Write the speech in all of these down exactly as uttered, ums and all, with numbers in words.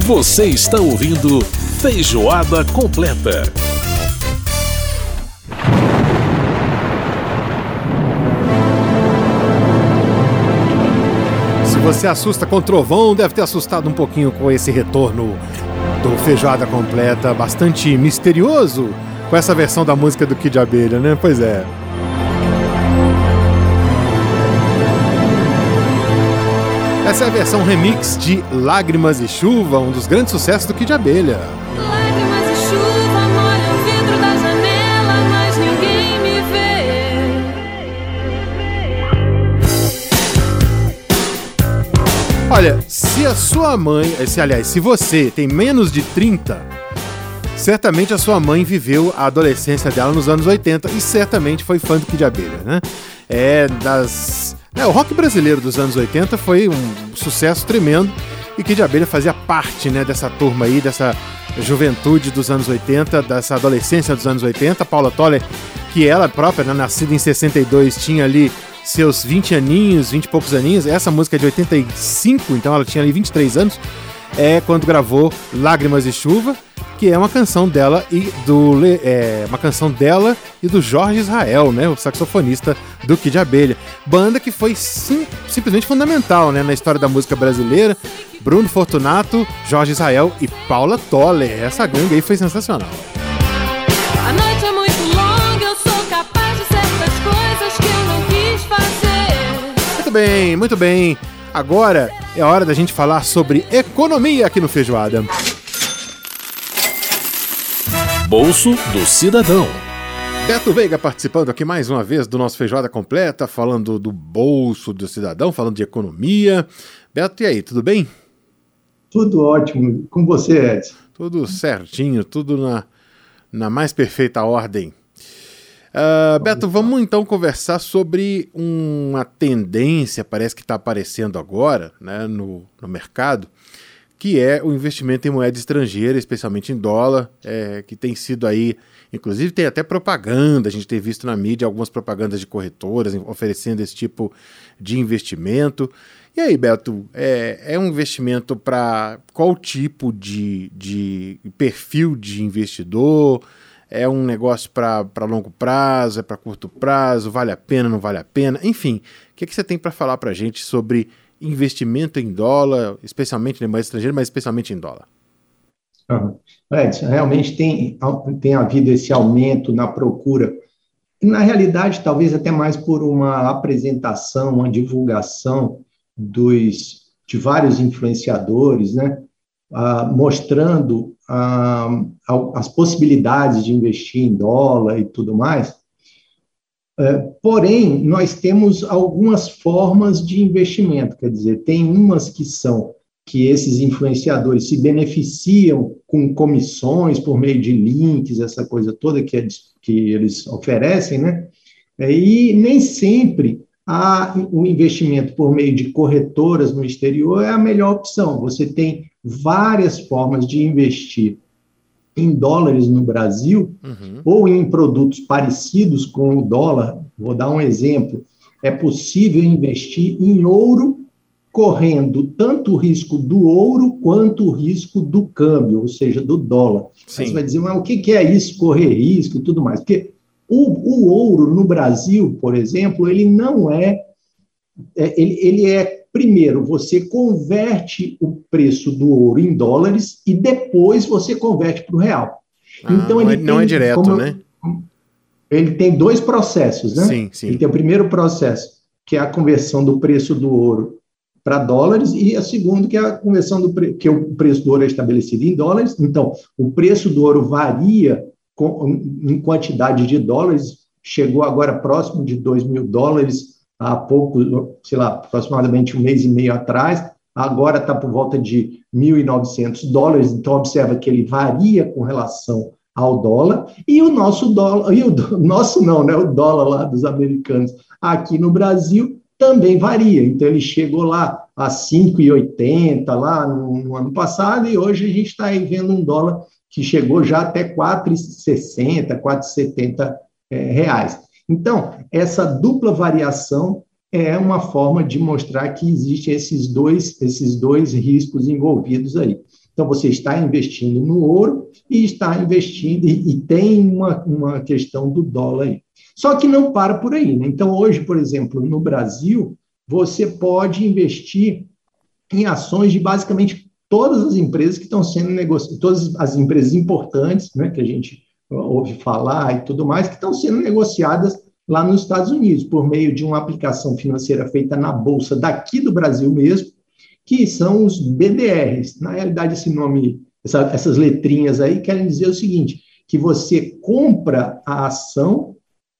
Você está ouvindo Feijoada Completa. Se você assusta com trovão, deve ter assustado um pouquinho com esse retorno do Feijoada Completa, bastante misterioso, com essa versão da música do Kid Abelha, né? Pois é. Essa é a versão remix de Lágrimas e Chuva, um dos grandes sucessos do Kid Abelha. Lágrimas e chuva molham o vidro da janela, mas ninguém me vê. Olha, se a sua mãe, se, aliás, se você tem menos de trinta, certamente a sua mãe viveu a adolescência dela nos anos oitenta e certamente foi fã do Kid Abelha, né? É das... É, o rock brasileiro dos anos oitenta foi um sucesso tremendo e Kid Abelha fazia parte, né, dessa turma aí, dessa juventude dos anos oitenta, dessa adolescência dos anos oitenta. Paula Toller, que ela própria, né, nascida em sessenta e dois, tinha ali seus vinte aninhos, vinte e poucos aninhos. Essa música é de oitenta e cinco, então ela tinha ali vinte e três anos, é quando gravou Lágrimas e Chuva, que é uma canção dela e do é, uma canção dela e do Jorge Israel, né, o saxofonista do Kid Abelha, banda que foi sim, simplesmente fundamental, né, na história da música brasileira. Bruno Fortunato, Jorge Israel e Paula Toller, essa gangue aí foi sensacional. A noite é muito longa, eu sou capaz de certas coisas que eu não quis fazer. Muito bem, muito bem. Agora é hora da gente falar sobre economia aqui no Feijoada. Bolso do Cidadão. Beto Veiga participando aqui mais uma vez do nosso Feijoada Completa, falando do bolso do cidadão, falando de economia. Beto, e aí, tudo bem? Tudo ótimo. Com você, Edson? Tudo certinho, tudo na, na mais perfeita ordem. Uh, Beto, vamos então conversar sobre uma tendência, parece que está aparecendo agora, né, no, no mercado, que é o investimento em moeda estrangeira, especialmente em dólar, é, que tem sido aí, inclusive tem até propaganda, a gente tem visto na mídia algumas propagandas de corretoras oferecendo esse tipo de investimento. E aí, Beto, é, é um investimento para qual tipo de, de perfil de investidor? É um negócio para longo prazo, é para curto prazo, vale a pena, não vale a pena? Enfim, o que, que você tem para falar para a gente sobre investimento em dólar, especialmente em moeda estrangeira, mas especialmente em dólar? Uhum. Edson, realmente tem, tem havido esse aumento na procura. Na realidade, talvez até mais por uma apresentação, uma divulgação dos, de vários influenciadores, né? Ah, mostrando ah, as possibilidades de investir em dólar e tudo mais. É, porém, nós temos algumas formas de investimento, quer dizer, tem umas que são que esses influenciadores se beneficiam com comissões por meio de links, essa coisa toda que, é, que eles oferecem, né? É, e nem sempre a, o investimento por meio de corretoras no exterior é a melhor opção. Você tem várias formas de investir em dólares no Brasil, uhum, ou em produtos parecidos com o dólar. Vou dar um exemplo. É possível investir em ouro, correndo tanto o risco do ouro quanto o risco do câmbio, ou seja, do dólar. Sim. Você vai dizer, mas o que é isso, correr risco e tudo mais? Porque o, o ouro no Brasil, por exemplo, ele não é, é ele, ele é, primeiro, você converte o preço do ouro em dólares e depois você converte para o real. Ah, então, não, ele é, tem, não é direto, como, né? Ele tem dois processos, né? Sim, sim. Ele tem o primeiro processo, que é a conversão do preço do ouro para dólares, e a segunda, que é a conversão do pre... que o preço do ouro é estabelecido em dólares. Então, o preço do ouro varia com, em quantidade de dólares, chegou agora próximo de dois mil dólares há pouco, sei lá, aproximadamente um mês e meio atrás, agora está por volta de mil e novecentos dólares, então observa que ele varia com relação ao dólar, e o nosso dólar, e o do, nosso não, né, o dólar lá dos americanos aqui no Brasil também varia, então ele chegou lá a cinco reais e oitenta centavos lá no, no ano passado, e hoje a gente está aí vendo um dólar que chegou já até quatro reais e sessenta centavos, quatro reais e setenta é, reais. Então, essa dupla variação é uma forma de mostrar que existem esses dois, esses dois riscos envolvidos aí. Então, Então, você está investindo no ouro e está investindo, e, e tem uma, uma questão do dólar aí. Só que não para por aí, né? Então, hoje, por exemplo, no Brasil, você pode investir em ações de basicamente todas as empresas que estão sendo negociadas, todas as empresas importantes, né, que a gente ouve falar e tudo mais, que estão sendo negociadas lá nos Estados Unidos, por meio de uma aplicação financeira feita na Bolsa daqui do Brasil mesmo, que são os B D Rs. Na realidade, esse nome, essa, essas letrinhas aí querem dizer o seguinte, que você compra a ação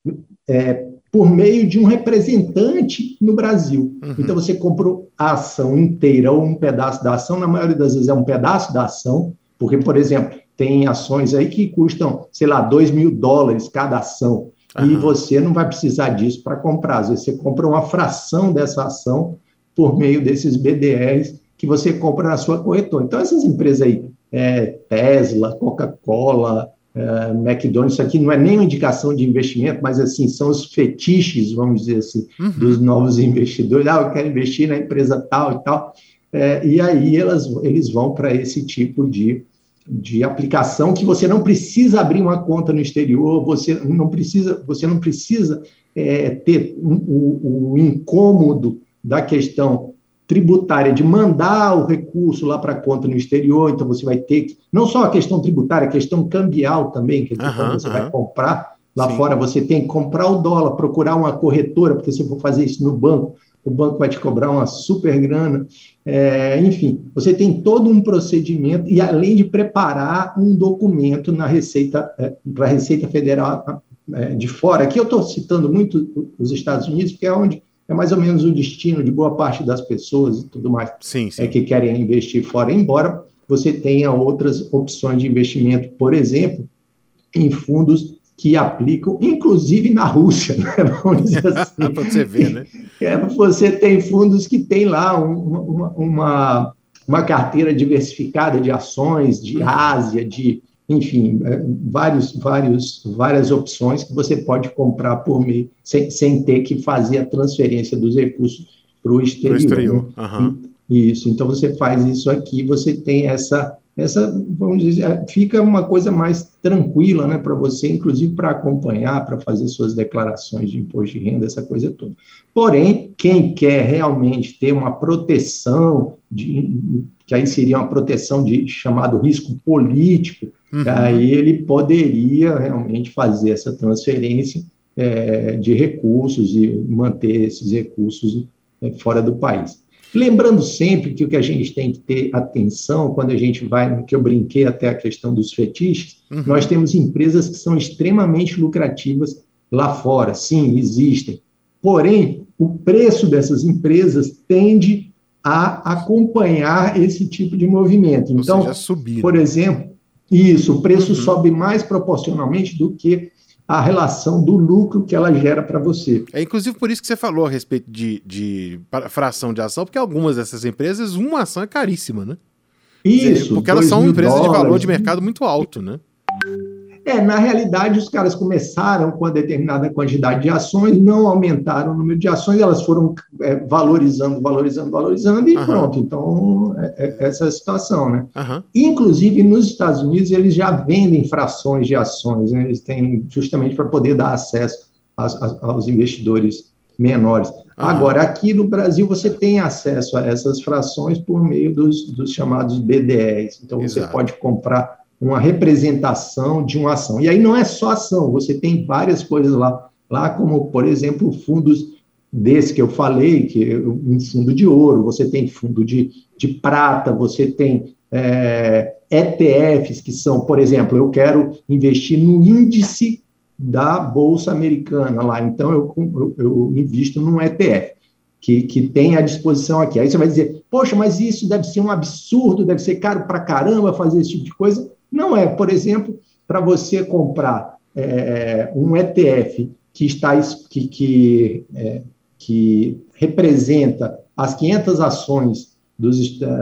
é, por meio de um representante no Brasil. Uhum. Então, você compra a ação inteira ou um pedaço da ação, na maioria das vezes é um pedaço da ação, porque, por exemplo, tem ações aí que custam, sei lá, dois mil dólares cada ação, uhum. e você não vai precisar disso para comprar. Às vezes, você compra uma fração dessa ação por meio desses B D Rs que você compra na sua corretora. Então, essas empresas aí, é, Tesla, Coca-Cola, é, McDonald's, isso aqui não é nem uma indicação de investimento, mas, assim, são os fetiches, vamos dizer assim, uhum. dos novos investidores. Ah, eu quero investir na empresa tal e tal. É, e aí, elas, eles vão para esse tipo de, de aplicação que você não precisa abrir uma conta no exterior, você não precisa, você não precisa é, ter o um, um, um incômodo da questão tributária, de mandar o recurso lá para a conta no exterior, então você vai ter que, não só a questão tributária, a questão cambial também, que uhum, quando você uhum. vai comprar lá Sim. fora, você tem que comprar o dólar, procurar uma corretora, porque se for fazer isso no banco, o banco vai te cobrar uma super grana, é, enfim, você tem todo um procedimento, e além de preparar um documento na Receita, é, para a Receita Federal é, de fora, aqui eu estou citando muito os Estados Unidos, porque é onde é mais ou menos o destino de boa parte das pessoas e tudo mais sim, sim. É, que querem investir fora, embora você tenha outras opções de investimento, por exemplo, em fundos que aplicam, inclusive na Rússia, né? Vamos dizer assim. Para você ver, né? É, você tem fundos que têm lá uma, uma, uma carteira diversificada de ações, de Ásia, de... enfim, vários, vários, várias opções que você pode comprar por meio, sem, sem ter que fazer a transferência dos recursos para o exterior. Pro exterior. Né? Uhum. Isso, então você faz isso aqui, você tem essa, essa, vamos dizer, fica uma coisa mais tranquila, né, para você, inclusive para acompanhar, para fazer suas declarações de imposto de renda, essa coisa toda. Porém, quem quer realmente ter uma proteção, de, que aí seria uma proteção de chamado risco político, uhum. aí ele poderia realmente fazer essa transferência é, de recursos e manter esses recursos é, fora do país. Lembrando sempre que o que a gente tem que ter atenção quando a gente vai, que eu brinquei até a questão dos fetiches, uhum. nós temos empresas que são extremamente lucrativas lá fora, sim, existem. Porém, o preço dessas empresas tende a acompanhar esse tipo de movimento. Então, Ou seja, subir. Por exemplo, isso, o preço uhum. sobe mais proporcionalmente do que a relação do lucro que ela gera para você. É inclusive por isso que você falou a respeito de, de fração de ação, porque algumas dessas empresas, uma ação é caríssima, né? Isso. Porque elas são empresas dólares. de valor de mercado muito alto, né? É, na realidade, os caras começaram com a determinada quantidade de ações, não aumentaram o número de ações, elas foram é, valorizando, valorizando, valorizando e uhum. pronto. Então, é, é essa é a situação, né? Uhum. Inclusive, nos Estados Unidos, eles já vendem frações de ações, né? Eles têm justamente para poder dar acesso aos, aos investidores menores. Uhum. Agora, aqui no Brasil, você tem acesso a essas frações por meio dos, dos chamados B D Rs. Então, Exato. Você pode comprar uma representação de uma ação. E aí não é só ação, você tem várias coisas lá, lá como, por exemplo, fundos desse que eu falei, que é um fundo de ouro, você tem fundo de, de prata, você tem é, E T Fs, que são, por exemplo, eu quero investir no índice da Bolsa Americana lá, então eu, eu, eu invisto num E T F. Que, que tem à disposição aqui. Aí você vai dizer, poxa, mas isso deve ser um absurdo, deve ser caro pra caramba fazer esse tipo de coisa. Não é. Por exemplo, para você comprar é, um E T F que, está, que, que, é, que representa as quinhentas ações dos,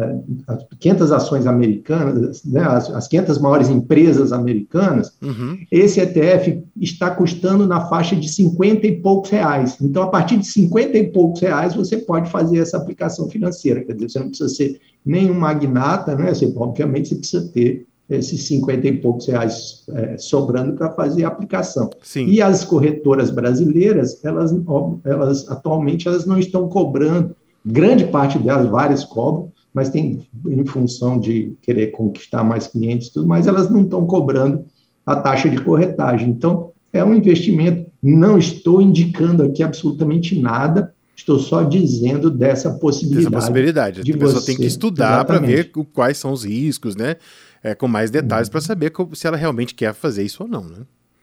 as quinhentas ações americanas, né, as, as quinhentas maiores empresas americanas, uhum. esse E T F está custando na faixa de cinquenta e poucos reais. Então, a partir de cinquenta e poucos reais, você pode fazer essa aplicação financeira. Quer dizer, você não precisa ser nenhum magnata, né? Você, obviamente, você precisa ter esses cinquenta e poucos reais é, sobrando para fazer a aplicação. Sim. E as corretoras brasileiras, elas, elas atualmente elas não estão cobrando, grande parte delas, várias cobram, mas tem, em função de querer conquistar mais clientes e tudo mais, elas não estão cobrando a taxa de corretagem. Então, é um investimento, não estou indicando aqui absolutamente nada, estou só dizendo dessa possibilidade. Essa possibilidade, de a pessoa você, tem que estudar para ver quais são os riscos, né? É, com mais detalhes uhum. para saber se ela realmente quer fazer isso ou não, né?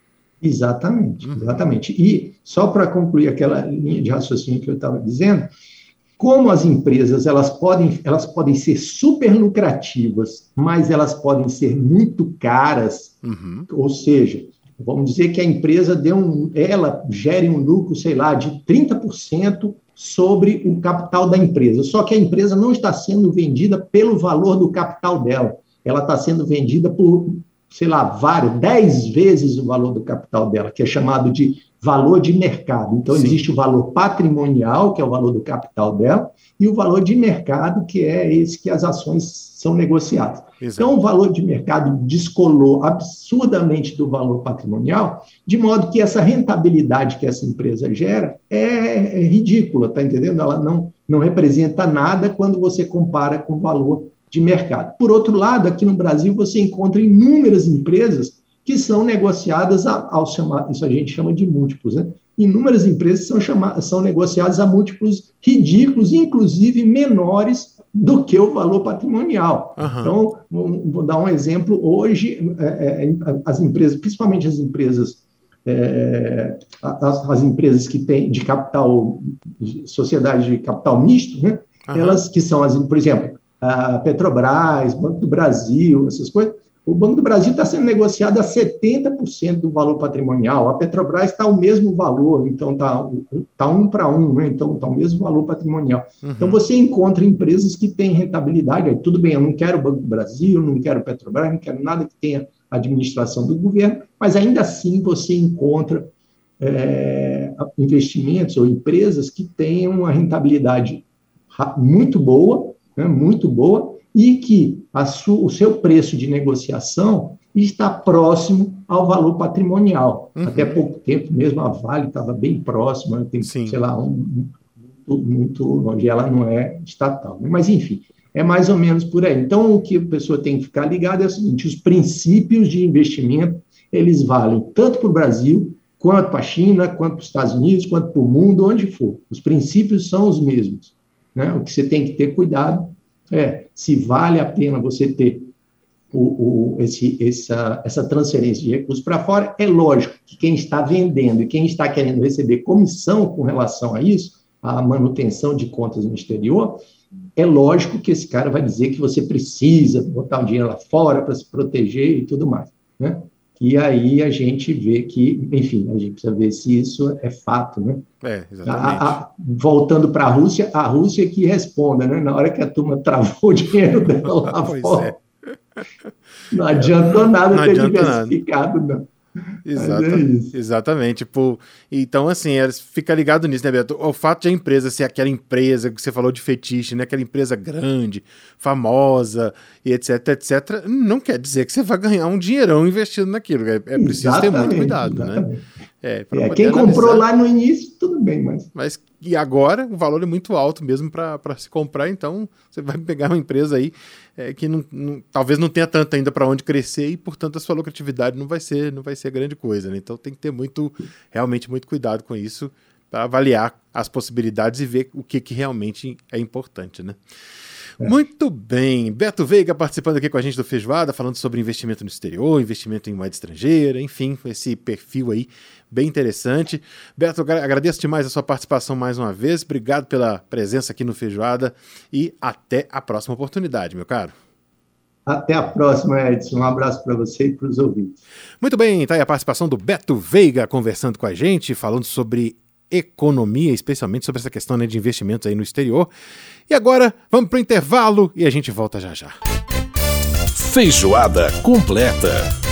Exatamente, uhum. exatamente. E só para concluir aquela linha de raciocínio que eu estava dizendo, como as empresas elas podem, elas podem ser super lucrativas, mas elas podem ser muito caras, uhum. ou seja, vamos dizer que a empresa dê um, ela gere um lucro, sei lá, de trinta por cento sobre o capital da empresa, só que a empresa não está sendo vendida pelo valor do capital dela. Ela está sendo vendida por, sei lá, vários, dez vezes o valor do capital dela, que é chamado de valor de mercado. Então, Sim. existe o valor patrimonial, que é o valor do capital dela, e o valor de mercado, que é esse que as ações são negociadas. Exato. Então, o valor de mercado descolou absurdamente do valor patrimonial, de modo que essa rentabilidade que essa empresa gera é, é ridícula, está entendendo? Ela não, não representa nada quando você compara com o valor de mercado. Por outro lado, aqui no Brasil, você encontra inúmeras empresas que são negociadas a, ao chamar, isso a gente chama de múltiplos, né? Inúmeras empresas são, chama, são negociadas a múltiplos ridículos, inclusive menores do que o valor patrimonial. Uhum. Então, vou, vou dar um exemplo. Hoje, é, é, as empresas, principalmente as empresas, é, as, as empresas que têm de capital, sociedade de capital misto, né? Uhum. Elas que são, as, por exemplo, a Petrobras, Banco do Brasil, essas coisas, o Banco do Brasil está sendo negociado a setenta por cento do valor patrimonial, a Petrobras está o mesmo valor, então está tá um para um, né? Então está o mesmo valor patrimonial. Uhum. Então você encontra empresas que têm rentabilidade, aí, tudo bem, eu não quero o Banco do Brasil, não quero Petrobras, não quero nada que tenha administração do governo, mas ainda assim você encontra é, investimentos ou empresas que tenham uma rentabilidade muito boa, né, muito boa, e que a su, o seu preço de negociação está próximo ao valor patrimonial. Uhum. Até pouco tempo mesmo a Vale estava bem próxima, tem, Sim. sei lá, um, um, muito longe, ela não é estatal. Né? Mas, enfim, é mais ou menos por aí. Então, o que a pessoa tem que ficar ligada é o seguinte, os princípios de investimento, eles valem tanto para o Brasil, quanto para a China, quanto para os Estados Unidos, quanto para o mundo, onde for. Os princípios são os mesmos. Né? O que você tem que ter cuidado é se vale a pena você ter o, o, esse, essa, essa transferência de recursos para fora. É lógico que quem está vendendo e quem está querendo receber comissão com relação a isso, a manutenção de contas no exterior, é lógico que esse cara vai dizer que você precisa botar o dinheiro lá fora para se proteger e tudo mais, né? E aí a gente vê que, enfim, a gente precisa ver se isso é fato, né? É, exatamente. A, a, voltando para a Rússia, a Rússia que responda, né? Na hora que a turma travou o dinheiro dela lá pois fora, é. não adiantou nada não ter adianta diversificado, nada. não. Exata, é exatamente. Tipo, então, assim, fica ligado nisso, né, Beto? O fato de a empresa ser aquela empresa que você falou de fetiche, né? Aquela empresa grande, famosa, e etc, etcétera, não quer dizer que você vai ganhar um dinheirão investindo naquilo. É, é preciso exatamente, ter muito cuidado, exatamente. né? É, é, quem analisar. Comprou lá no início, tudo bem, mas... Mas e agora o valor é muito alto mesmo para se comprar, então você vai pegar uma empresa aí é, que não, não, talvez não tenha tanto ainda para onde crescer e, portanto, a sua lucratividade não vai ser, não vai ser grande coisa, né? Então tem que ter muito, realmente muito cuidado com isso para avaliar as possibilidades e ver o que, que realmente é importante, né? É. Muito bem, Beto Veiga participando aqui com a gente do Feijoada, falando sobre investimento no exterior, investimento em moeda estrangeira, enfim, esse perfil aí bem interessante. Beto, agradeço demais a sua participação mais uma vez, obrigado pela presença aqui no Feijoada e até a próxima oportunidade, meu caro. Até a próxima, Edson. Um abraço para você e para os ouvintes. Muito bem, tá aí a participação do Beto Veiga conversando com a gente, falando sobre economia, especialmente sobre essa questão, né, de investimentos aí no exterior. E agora, vamos para o intervalo e a gente volta já já. Feijoada completa.